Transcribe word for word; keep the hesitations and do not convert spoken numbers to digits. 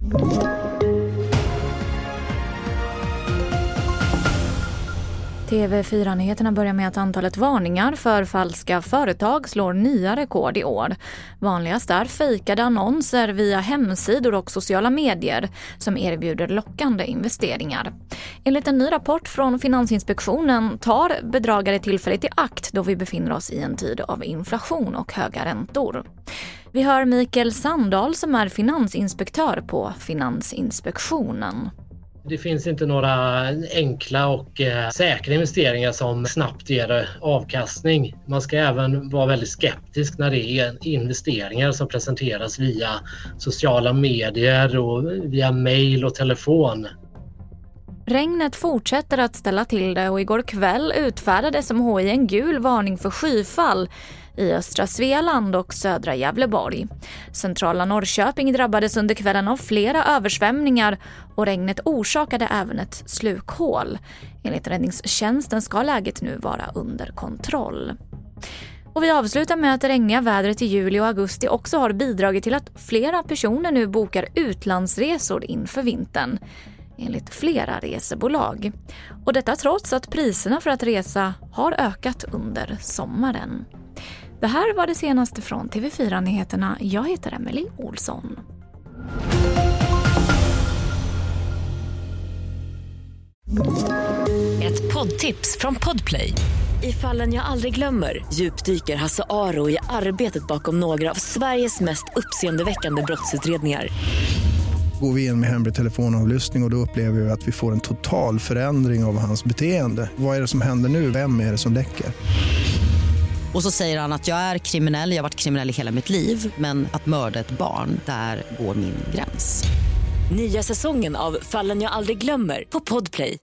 T V fyra-nyheterna börjar med att antalet varningar för falska företag slår nya rekord i år. Vanligast är fejkade annonser via hemsidor och sociala medier som erbjuder lockande investeringar. Enligt en ny rapport från Finansinspektionen tar bedragare tillfället i akt då vi befinner oss i en tid av inflation och höga räntor. Vi hör Mikael Sandahl som är finansinspektör på Finansinspektionen. Det finns inte några enkla och eh, säkra investeringar som snabbt ger avkastning. Man ska även vara väldigt skeptisk när det är investeringar som presenteras via sociala medier och via mejl och telefon. Regnet fortsätter att ställa till det och igår kväll utfärdade S M H I en gul varning för skyfall i östra Svealand och södra Gävleborg. Centrala Norrköping drabbades under kvällen av flera översvämningar och regnet orsakade även ett slukhål. Enligt räddningstjänsten ska läget nu vara under kontroll. Och vi avslutar med att det regniga vädret i juli och augusti också har bidragit till att flera personer nu bokar utlandsresor inför vintern, enligt flera resebolag. Och detta trots att priserna för att resa har ökat under sommaren. Det här var det senaste från T V fyra-nyheterna. Jag heter Emily Olsson. Ett poddtips från Podplay. I Fallen jag aldrig glömmer djupdyker Hasse Aro i arbetet bakom några av Sveriges mest uppseendeväckande brottsutredningar. Går vi in med hemlig telefonavlyssning och då upplever vi att vi får en total förändring av hans beteende. Vad är det som händer nu? Vem är det som läcker? Och så säger han att jag är kriminell, jag har varit kriminell i hela mitt liv. Men att mörda ett barn, där går min gräns. Nya säsongen av Fallen jag aldrig glömmer på Podplay.